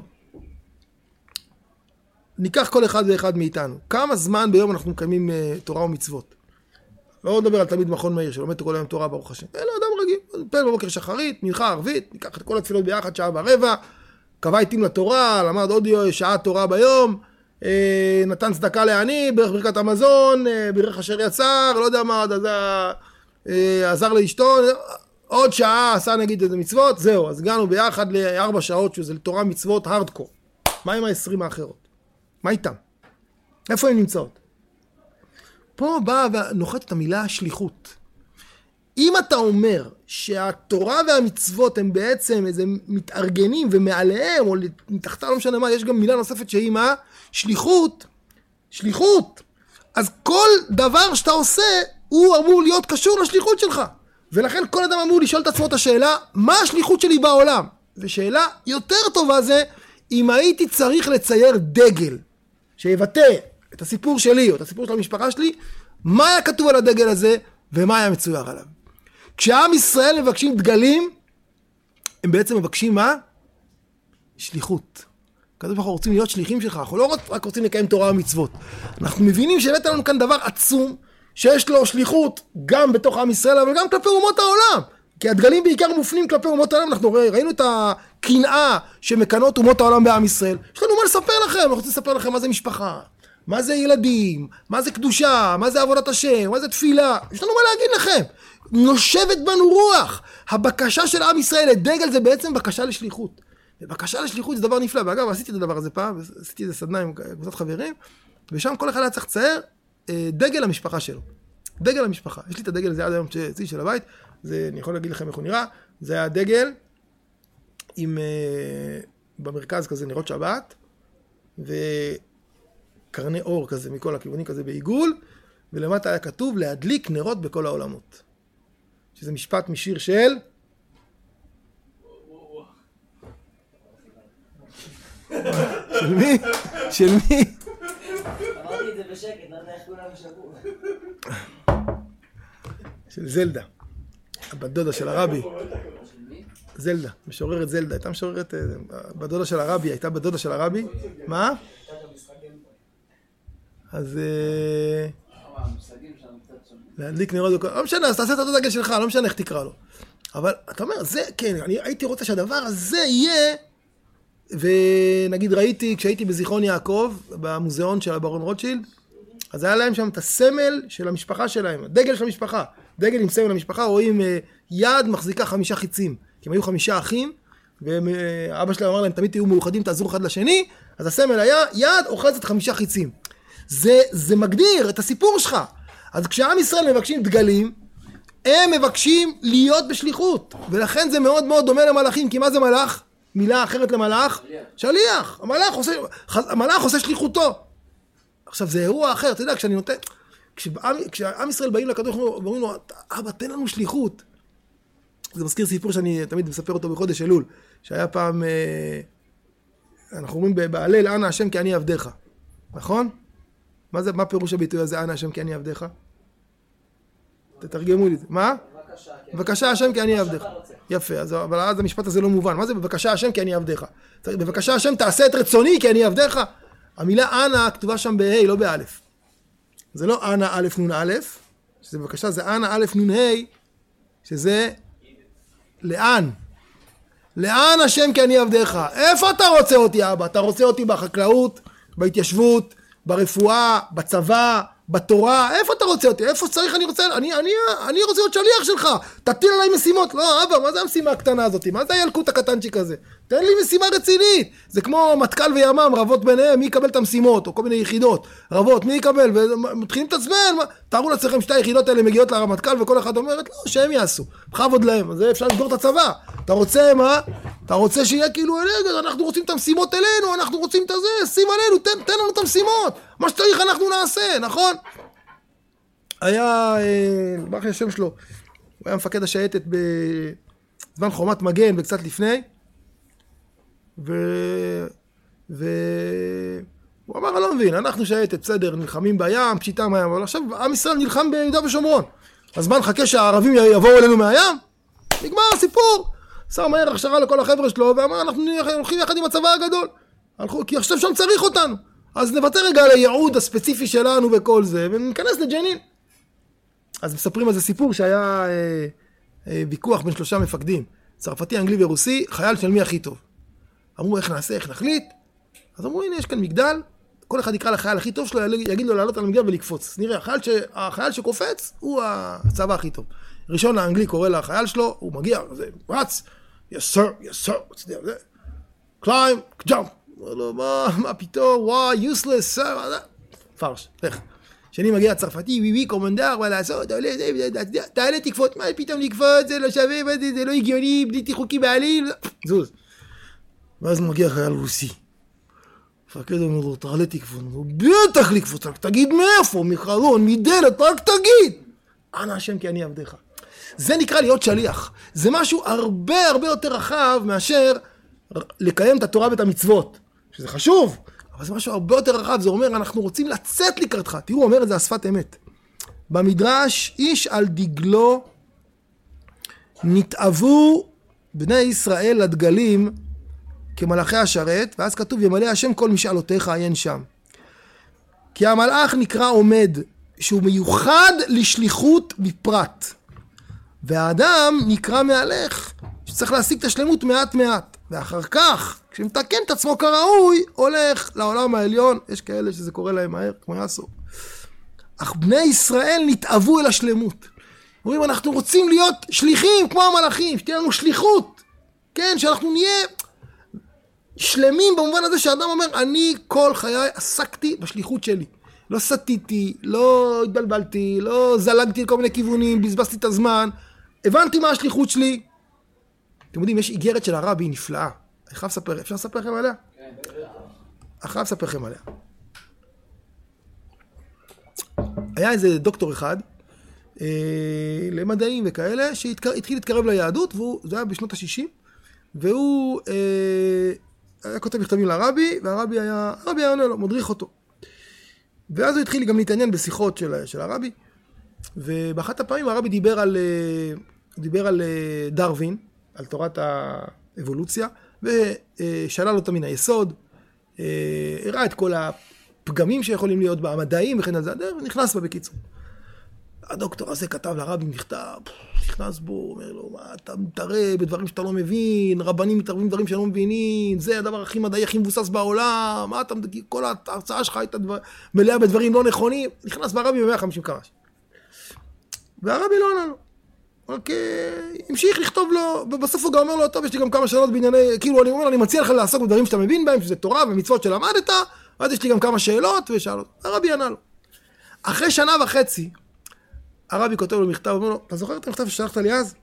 ניקח כל אחד ואחד מאיתנו. כמה זמן ביום אנחנו מקיימים uh, תורה ומצוות? לא נדבר על תלמיד מכון מאיר שלומד כל היום תורה ברוך השם. אלא אדם רגיל, פל בבוקר שחרית, מנחה ערבית, ניקח את כל התפילות ביחד שעה ורבע, קבע עיתים לתורה, למד עוד שעה תורה ביום, אה, נתן צדקה לעני, ברך ברכת המזון, אה, ברך אשר יצר, לא יודע מה, אז, אה, עזר לאשתו, עוד שעה עשה נגיד איזה מצוות, זהו, אז הגענו ביחד לארבע שעות שזה לתורה מצוות הרדקור. מה עם העשרים האחרות? מה איתם? איפה הן נמצאות? פה באה ונוחת את המילה שליחות. אם אתה אומר שהתורה והמצוות הם בעצם איזה מתארגנים ומעליהם, או מתחתה לא משנה מה, יש גם מילה נוספת שהיא מה? שליחות. שליחות. אז כל דבר שאתה עושה, הוא אמור להיות קשור לשליחות שלך. ולכן כל אדם אמור לשאול את עצמו את השאלה, מה השליחות שלי בעולם? ושאלה יותר טובה זה, אם הייתי צריך לצייר דגל, שיבטא את הסיפור שלי, או את הסיפור של המשפחה שלי, מה היה כתוב על הדגל הזה, ומה היה מצויר עליו. כשעם ישראל מבקשים דגלים, הם בעצם מבקשים מה? שליחות. כזה אנחנו רוצים להיות שליחים שלך, אנחנו לא רק רוצים לקיים תורה ומצוות. אנחנו מבינים שהבאת לנו כאן דבר עצום, שיש לו שליחות גם בתוך עם ישראל, אבל גם כלפי אומות העולם. כי הדגלים בעיקר מופנים כלפי אומות העולם, אנחנו ראינו את הקנאה שמקנות אומות העולם בעם ישראל. יש לנו מה לספר לכם, אנחנו רוצים לספר לכם מה זה משפחה, מה זה ילדים, מה זה קדושה, מה זה עבודת השם, מה זה תפילה. יש לנו מה להגיד לכם. נושבת בנו רוח. הבקשה של עם ישראל לדגל זה בעצם בקשה לשליחות. בקשה לשליחות זה דבר נפלא, ואגב, עשיתי את הדבר הזה פעם, עשיתי איזה סדנה עם קבוצת חברים, ושם כל אחד היה צריך לצייר דגל המשפחה שלו. דגל המשפחה. יש לי את הדגל הזה עד היום שצי של הבית, זה, אני יכול להגיד לכם איך הוא נראה, זה היה דגל עם, במרכז כזה נרות שבת, וקרני אור כזה מכל הכיוונים כזה בעיגול, ולמטה היה כתוב להדליק נרות בכל העולמות. שזה משפט משיר של... של מי? של מי? אמרתי את זה בשקט, לא יודע איך כולם שבו. של זלדה. הבת דודה של הרבי. זלדה, משוררת זלדה. הייתה משוררת... הבת דודה של הרבי, הייתה בת דודה של הרבי. מה? אז... להדליק נרות... לא משנה, אז תעשה את אותו דגל שלך, לא משנה איך תקרא לו. אבל אתה אומר, זה, כן, אני הייתי רוצה שהדבר הזה יהיה... ונגיד ראיתי, כשהייתי בזיכרון יעקב, במוזיאון של הברון רוטשילד, אז היה להם שם את הסמל של המשפחה שלהם, הדגל של המשפחה. דגל עם סמל המשפחה, רואים יד מחזיקה חמישה חיצים, כי הם היו חמישה אחים, ואבא שלהם אמר להם, תמיד תהיו מאוחדים, תעזרו אחד לשני, אז הסמל היה יד אוחזת חמישה חיצים. זה, זה מגדיר את הסיפור שלך. אז כשעם ישראל מבקשים דגלים, הם מבקשים להיות בשליחות, ולכן זה מאוד מאוד דומה למלאכים, כי מה זה מלאך? מילה אחרת למלאך? שליח. המלאך עושה, המלאך עושה שליחותו. עכשיו זה אירוע אחר, אתה יודע, כשאני נותן, כשעם ישראל באים לקדוש ואומרים לו, אבא תן לנו שליחות. זה מזכיר סיפור שאני תמיד מספר אותו בחודש אלול, שהיה פעם, אנחנו אומרים בהלל, אנא השם כי אני עבדך. נכון? מה זה, מה פירוש הביטוי הזה, אנא השם כי אני עבדך? תתרגמו לי. מה? בבקשה השם כי אני עבדך. יפה, אז, אבל אז המשפט הזה לא מובן. מה זה בבקשה השם כי אני עבדך? בבקשה השם תעשה את רצוני כי אני עבדך. המילה אנא כתובה שם בה' לא באלף. זה לא אנא א' נון א', שזה בבקשה זה אנא א' נון ה', שזה לאן? לאן השם כי אני עבדך? איפה אתה רוצה אותי אבא? אתה רוצה אותי בחקלאות, בהתיישבות, ברפואה, בצבא, בתורה, איפה אתה רוצה אותי? איפה צריך אני רוצה? אני, אני, אני רוצה להיות שליח שלך. תטיל עליי משימות. לא, אבא, מה זה המשימה הקטנה הזאת? מה זה הילקוט הקטנצ'יק הזה? תן לי משימה רצינית. זה כמו מטכ"ל וימ"מ, רבות ביניהם, מי יקבל את המשימות, או כל מיני יחידות. רבות, מי יקבל? ומתחילים לתעצבן. תארו לעצמכם שתי היחידות האלה מגיעות לרמטכ"ל, וכל אחד אומרת, לא, שהם יעשו. בכבוד להם. אז אפשר לסגור את הצבא. אתה רוצה מה? אתה רוצה שיהיה כאילו, אנחנו רוצים את המשימות אלינו, אנחנו רוצים את זה, שים עלינו, תן, תן לנו את המשימות. מה שצריך אנחנו נעשה, נכון? היה, ברח לי השם שלו, הוא היה מפקד השייטת בזמן חומת מגן וקצת לפני, ו... ו... הוא אמר, אני לא מבין, אנחנו שייטת, בסדר, נלחמים בים, פשיטה מהים, אבל עכשיו עם ישראל נלחם ביהודה ושומרון. אז מה נחכה שהערבים יבואו אלינו מהים? נגמר הסיפור. שר מהר הכשרה לכל החבר'ה שלו, ואמר, אנחנו הולכים יחד עם הצבא הגדול. הלכו, כי עכשיו שם צריך אותנו. אז נוותר רגע על הייעוד הספציפי שלנו וכל זה, וניכנס לג'נין. אז מספרים על זה סיפור שהיה אה, אה, ויכוח בין שלושה מפקדים, צרפתי, אנגלי ורוסי, חייל של מי הכי טוב. אמרו, איך נעשה, איך נחליט? אז אמרו, הנה, יש כאן מגדל, כל אחד יקרא לחייל הכי טוב שלו, יגיד לו לעלות על המגדל ולקפוץ. נראה, החייל, ש... החייל שקופץ הוא הצבא הכי טוב. ראשון האנגלי קורא לחייל שלו, הוא מגיע, זה רץ, yes sir, yes sir, זה, climb, jump. אומר לו, מה, מה פתאום, וואי, useless, sir, פרש, לך. שני מגיע הצרפתי, ווי ווי, קומנדר, מה לעשות, תעלה תקפות, מה פתאום לקפות, זה לא שווה, זה לא הגיוני, בלתי חוקי בעליל, זוז. ואז מגיע חייל רוסי. מפקד אומר לו, תעלה תקפות, בטח לקפות, רק תגיד מאיפה, מחלון, מדלת, רק תגיד. אנא השם כי אני עבדך. זה נקרא להיות שליח. זה משהו הרבה הרבה יותר רחב מאשר לקיים את התורה ואת המצוות. שזה חשוב, אבל זה משהו הרבה יותר רחב. זה אומר, אנחנו רוצים לצאת לקראתך. תראו, אומר את זה השפת אמת. במדרש, איש על דגלו נתאבו בני ישראל לדגלים כמלאכי השרת, ואז כתוב, ימלא השם כל משאלותיך עיין שם. כי המלאך נקרא עומד, שהוא מיוחד לשליחות בפרט. והאדם נקרא מהלך, שצריך להשיג את השלמות מעט מעט. ואחר כך, כשמתקן את עצמו כראוי, הולך לעולם העליון. יש כאלה שזה קורה להם מהר, כמו יעשו. אך בני ישראל נתאבו אל השלמות. אומרים, אנחנו רוצים להיות שליחים, כמו המלאכים, שתהיה לנו שליחות. כן, שאנחנו נהיה... שלמים במובן הזה שאדם אומר, אני כל חיי עסקתי בשליחות שלי. לא סתיתי, לא התבלבלתי, לא זלגתי לכל מיני כיוונים, בזבזתי את הזמן. הבנתי מה השליחות שלי. אתם יודעים, יש איגרת של הרבי נפלאה. אני חייב לספר, אפשר לספר לכם עליה? כן. אני חייב לספר לכם עליה. היה איזה דוקטור אחד, אה, למדעים וכאלה, שהתחיל להתקרב ליהדות, וזה היה בשנות ה-שישים, והוא אה, היה כותב מכתבים לרבי, והרבי היה, הרבי היה עונה לו, מדריך אותו. ואז הוא התחיל גם להתעניין בשיחות של, של הרבי, ובאחת הפעמים הרבי דיבר על, דיבר על דרווין, על תורת האבולוציה, ושלל אותה מן היסוד, הראה את כל הפגמים שיכולים להיות במדעים וכן על זה, נכנס בה בקיצור. הדוקטור הזה כתב לרבי מכתב, נכנס בו, אומר לו, מה, אתה מתערב בדברים שאתה לא מבין, רבנים מתערבים בדברים שאתה לא מבינים, זה הדבר הכי מדעי, הכי מבוסס בעולם, מה אתה, כל ההרצאה שלך הייתה דבר, מלאה בדברים לא נכונים, נכנס ברבי ב-מאה וחמישים קרש. והרבי לא עונה לו. רק המשיך לכתוב לו, ובסוף הוא גם אומר לו, טוב, יש לי גם כמה שאלות בענייני, כאילו אני אומר, אני מציע לך לעסוק בדברים שאתה מבין בהם, שזה תורה ומצוות שלמדת, ואז יש לי גם כמה שאלות ושאלות. הרבי ענה לו. אחרי שנה וחצי, הרבי כותב לו מכתב, אומר לו, אתה זוכר את המכתב ששלחת לי אז?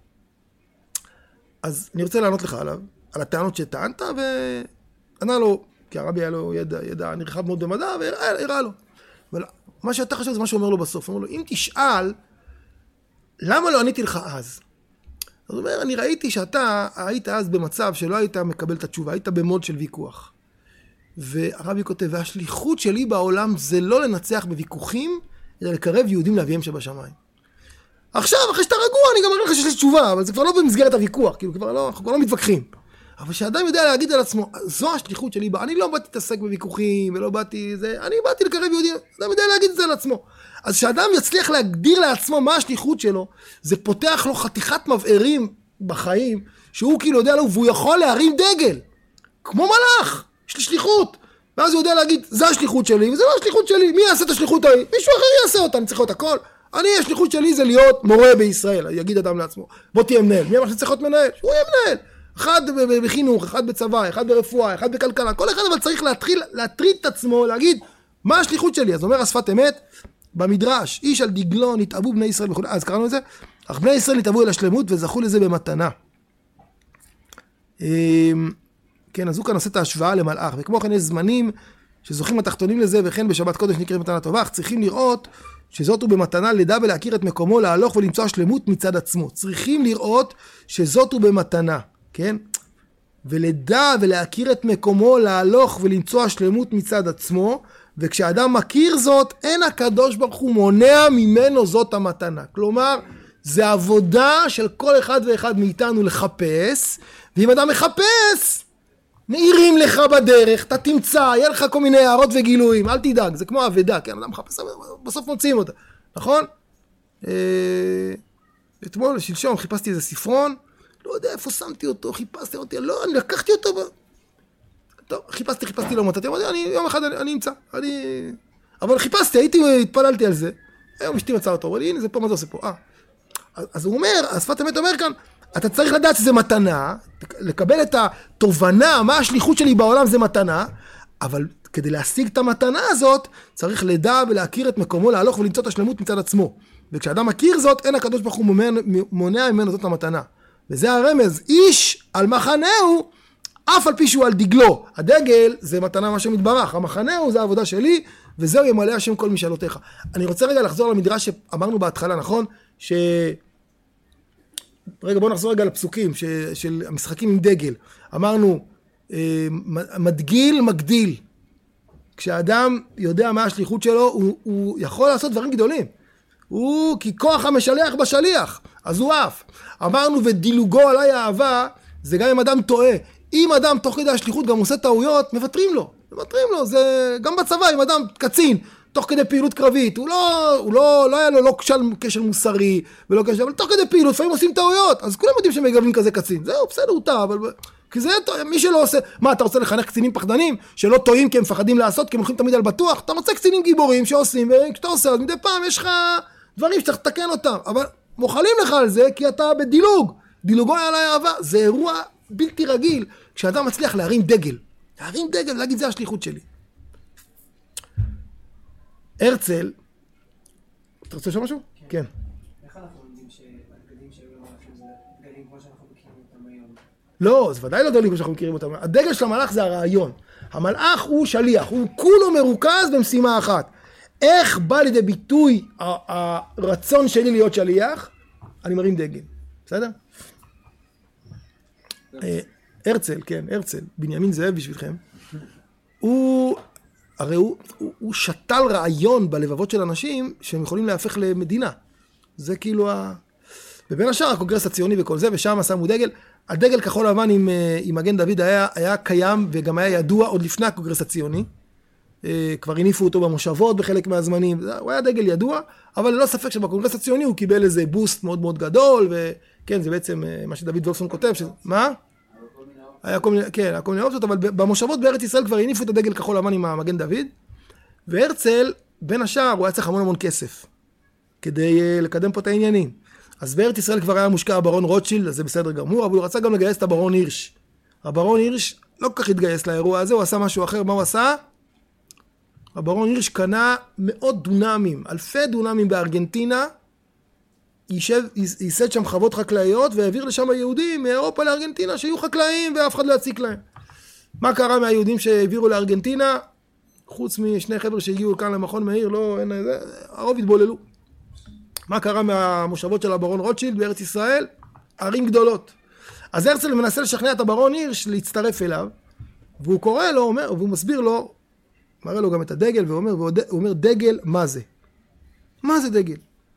אז אני רוצה לענות לך עליו, על הטענות שטענת, וענה לו, כי הרבי היה לו ידע, ידע נרחב מאוד במדע, והראה לו. אבל מה שיותר חשוב זה מה שהוא אומר לו בסוף, הוא אומר לו, אם תשאל, למה לא עניתי לך אז? אז הוא אומר, אני ראיתי שאתה היית אז במצב שלא היית מקבל את התשובה, היית במוד של ויכוח. והרבי כותב, והשליחות שלי בעולם זה לא לנצח בוויכוחים, אלא לקרב יהודים לאביהם שבשמיים. עכשיו, אחרי שאתה רגוע, אני גם אומר לך שיש לי תשובה, אבל זה כבר לא במסגרת הוויכוח, כאילו כבר לא, אנחנו כבר לא מתווכחים. אבל שאדם יודע להגיד על עצמו, זו השליחות שלי, אני לא באתי להתעסק בוויכוחים, ולא באתי זה, אני באתי לקרב יהודים, אדם יודע להגיד את זה על עצמו. אז שאדם יצליח להגדיר לעצמו מה השליחות שלו, זה פותח לו חתיכת מבערים בחיים, שהוא כאילו יודע לו, והוא יכול להרים דגל, כמו מלאך, יש לי שליחות. ואז הוא יודע להגיד, זה השליחות שלי, וזה לא השליחות שלי, מי יעשה את השליחות ההיא? מישהו אחר יעשה אותה, אני צריך להיות הכל. אני, השליחות שלי זה להיות מורה בישראל, יגיד אדם לעצמו, בוא תהיה מנהל. מי אמר שצריך להיות מנהל? שהוא יהיה מנהל. אחד בחינוך, אחד בצבא, אחד ברפואה, אחד בכלכלה, כל אחד אבל צריך להתחיל, להטריד את עצמו, להגיד, מה השליחות שלי? אז אומר השפת אמת, במדרש, איש על דגלו נתאבו בני ישראל וכו', אז קראנו את זה, אך בני ישראל נתאבו אל השלמות וזכו לזה במתנה. כן, אז הוא כאן עושה את ההשוואה למלאך, וכמו כן יש זמנים שזוכים התחתונים לזה, וכן בשבת קודש נקראת מתנה טובה, אך צריכים לראות שזאת הוא במתנה לדע ולהכיר את מקומו, להלוך ולמצוא השלמות מצד עצמו. צריכים לראות שזאת הוא במתנה, כן? ולדע ולהכיר את מקומו, להלוך ולמצוא השלמות מצד עצמו, וכשאדם מכיר זאת, אין הקדוש ברוך הוא מונע ממנו זאת המתנה. כלומר, זה עבודה של כל אחד ואחד מאיתנו לחפש, ואם אדם מחפש, מאירים לך בדרך, אתה תמצא, יהיה לך כל מיני הערות וגילויים, אל תדאג, זה כמו עבדה, כן, אדם מחפש, בסוף מוצאים אותה, נכון? אתמול, שלשום, חיפשתי איזה ספרון, לא יודע איפה שמתי אותו, חיפשתי אותי, לא, אני לקחתי אותו, טוב, חיפשתי, חיפשתי, לא מצאתי, אני, יום אחד אני, אני אמצא, אני... אבל חיפשתי, הייתי, התפללתי על זה, היום אשתי מצא אותו, אבל הנה, זה פה, מה זה עושה פה, אה. אז הוא אומר, השפת אמת אומר כאן, אתה צריך לדעת שזה מתנה, לקבל את התובנה, מה השליחות שלי בעולם זה מתנה, אבל כדי להשיג את המתנה הזאת, צריך לדע ולהכיר את מקומו, להלוך ולמצוא את השלמות מצד עצמו. וכשאדם מכיר זאת, אין הקדוש ברוך הוא מונע ממנו זאת המתנה. וזה הרמז, איש על מחנהו, אף על פי שהוא על דגלו. הדגל זה מתנה מה שמתברך, המחנהו זה העבודה שלי, וזהו ימלא השם כל משאלותיך. אני רוצה רגע לחזור למדרש שאמרנו בהתחלה, נכון? ש... רגע, בואו נחזור רגע לפסוקים ש... של המשחקים עם דגל. אמרנו, מדגיל, מגדיל. כשאדם יודע מה השליחות שלו, הוא, הוא יכול לעשות דברים גדולים. הוא, כי כוח המשלח בשליח, אז הוא אף. אמרנו, ודילוגו עליי האהבה, זה גם אם אדם טועה. אם אדם תוך כדי השליחות גם עושה טעויות, מבטרים לו. מבטרים לו, זה גם בצבא, אם אדם קצין, תוך כדי פעילות קרבית, הוא לא, הוא לא, לא היה לו לא כשל, כשל מוסרי, ולא כשל, אבל תוך כדי פעילות, לפעמים עושים טעויות, אז כולם יודעים שמגבים כזה קצין. זהו, בסדר, הוא טעה, אבל... כי זה, מי שלא עושה, מה, אתה רוצה לחנך קצינים פחדנים, שלא טועים כי הם מפחדים לעשות, כי הם הולכים תמיד על בטוח, אתה רוצה קצינים גיבורים שעושים, וכשאתה עושה, אז מדי פעם יש לך דברים שצריך לתקן אותם, אבל מוכלים לך על זה, כי אתה בדילוג, דילוגו עליי אהבה, זה אירוע בלתי רגיל, כשאדם מצליח להרים דגל, להרים דגל, להגיד זה השליחות שלי. הרצל, אתה רוצה לשאול משהו? כן. איך אנחנו יודעים שהבגדים שהיו למלאכים זה בגדים כמו שאנחנו מכירים אותם היום? לא, זה ודאי לא דגלים כמו שאנחנו מכירים אותם. הדגל של המלאך זה הרעיון. המלאך הוא שליח, הוא כולו מרוכז במשימה אחת. איך בא לידי ביטוי הרצון שלי להיות שליח? אני מרים דגל, בסדר? הרצל, כן, הרצל, בנימין זאב בשבילכם, הוא, הרי הוא, הוא, הוא שתל רעיון בלבבות של אנשים שהם יכולים להפך למדינה. זה כאילו ה... ובין השאר הקונגרס הציוני וכל זה, ושם שמו דגל. הדגל כחול לבן עם, עם מגן דוד היה, היה קיים וגם היה ידוע עוד לפני הקונגרס הציוני. כבר הניפו אותו במושבות בחלק מהזמנים, הוא היה דגל ידוע, אבל ללא ספק שבקונגרס הציוני הוא קיבל איזה בוסט מאוד מאוד גדול, וכן, זה בעצם מה שדוד וולפסון כותב, ש... מה? היה כל מיני, כן, היה כל מיני אופציות, אבל במושבות בארץ ישראל כבר הניפו את הדגל כחול לבן עם המגן דוד, והרצל, בין השאר, הוא היה צריך המון המון כסף, כדי לקדם פה את העניינים. אז בארץ ישראל כבר היה מושקע הברון רוטשילד, אז זה בסדר גמור, אבל הוא רצה גם לגייס את הברון הירש. הברון הירש לא כל כך התגייס לאירוע הזה, הוא עשה משהו אחר, מה הוא עשה? הברון הירש קנה מאות דונמים, אלפי דונמים בארגנטינה, יישב, ייסד שם חוות חקלאיות, והעביר לשם היהודים מאירופה לארגנטינה, שיהיו חקלאים ואף אחד לא יציק להם. מה קרה מהיהודים שהעבירו לארגנטינה? חוץ משני חבר'ה שהגיעו כאן למכון מאיר, לא, אין איזה, הרוב התבוללו. מה קרה מהמושבות של הברון רוטשילד בארץ ישראל? ערים גדולות. אז הרצל מנסה לשכנע את הברון הירש להצטרף אליו, והוא קורא לו, אומר, והוא מסביר לו, מראה לו גם את הדגל, ואומר, והוא אומר, דגל, מה זה? מה זה דגל?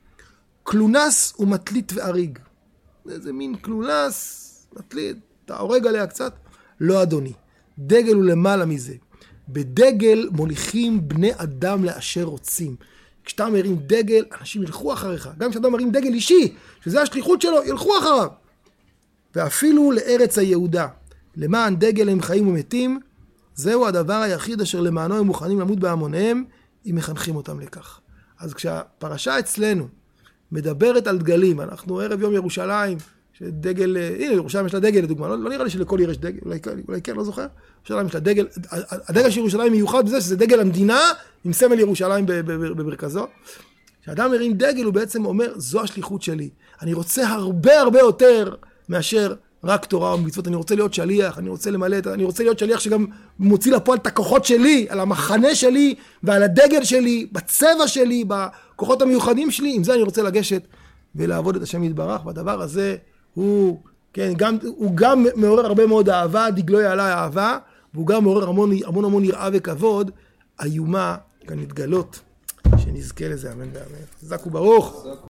קלונס ומטלית ואריג. איזה מין קלונס, מטלית, אתה הורג עליה קצת? לא אדוני. דגל הוא למעלה מזה. בדגל מוליכים בני אדם לאשר רוצים. כשאתה מרים דגל, אנשים ילכו אחריך. גם כשאתה מרים דגל אישי, שזה השליחות שלו, ילכו אחריו. ואפילו לארץ היהודה. למען דגל הם חיים ומתים, זהו הדבר היחיד אשר למענו הם מוכנים למות בהמוניהם, אם מחנכים אותם לכך. אז כשהפרשה אצלנו מדברת על דגלים, אנחנו ערב יום ירושלים, שדגל, הנה ירושלים יש לה דגל לדוגמה, לא, לא נראה לי שלכל עיר יש דגל, אולי, אולי כן, לא זוכר, ירושלים יש לה דגל, הדגל של ירושלים מיוחד בזה שזה דגל המדינה, עם סמל ירושלים במרכזו. כשאדם מרים דגל הוא בעצם אומר, זו השליחות שלי, אני רוצה הרבה הרבה יותר מאשר רק תורה ומצוות, אני רוצה להיות שליח, אני רוצה למלא, אני רוצה להיות שליח שגם מוציא לפועל את הכוחות שלי, על המחנה שלי ועל הדגל שלי, בצבע שלי, בכוחות המיוחדים שלי, עם זה אני רוצה לגשת ולעבוד את השם יתברך, והדבר הזה הוא, כן, גם, הוא גם מעורר הרבה מאוד אהבה, דגלו יעלה אהבה, והוא גם מעורר המון המון, המון יראה וכבוד, איומה כאן מתגלות, שנזכה לזה, אמן ואמן. חזק וברוך.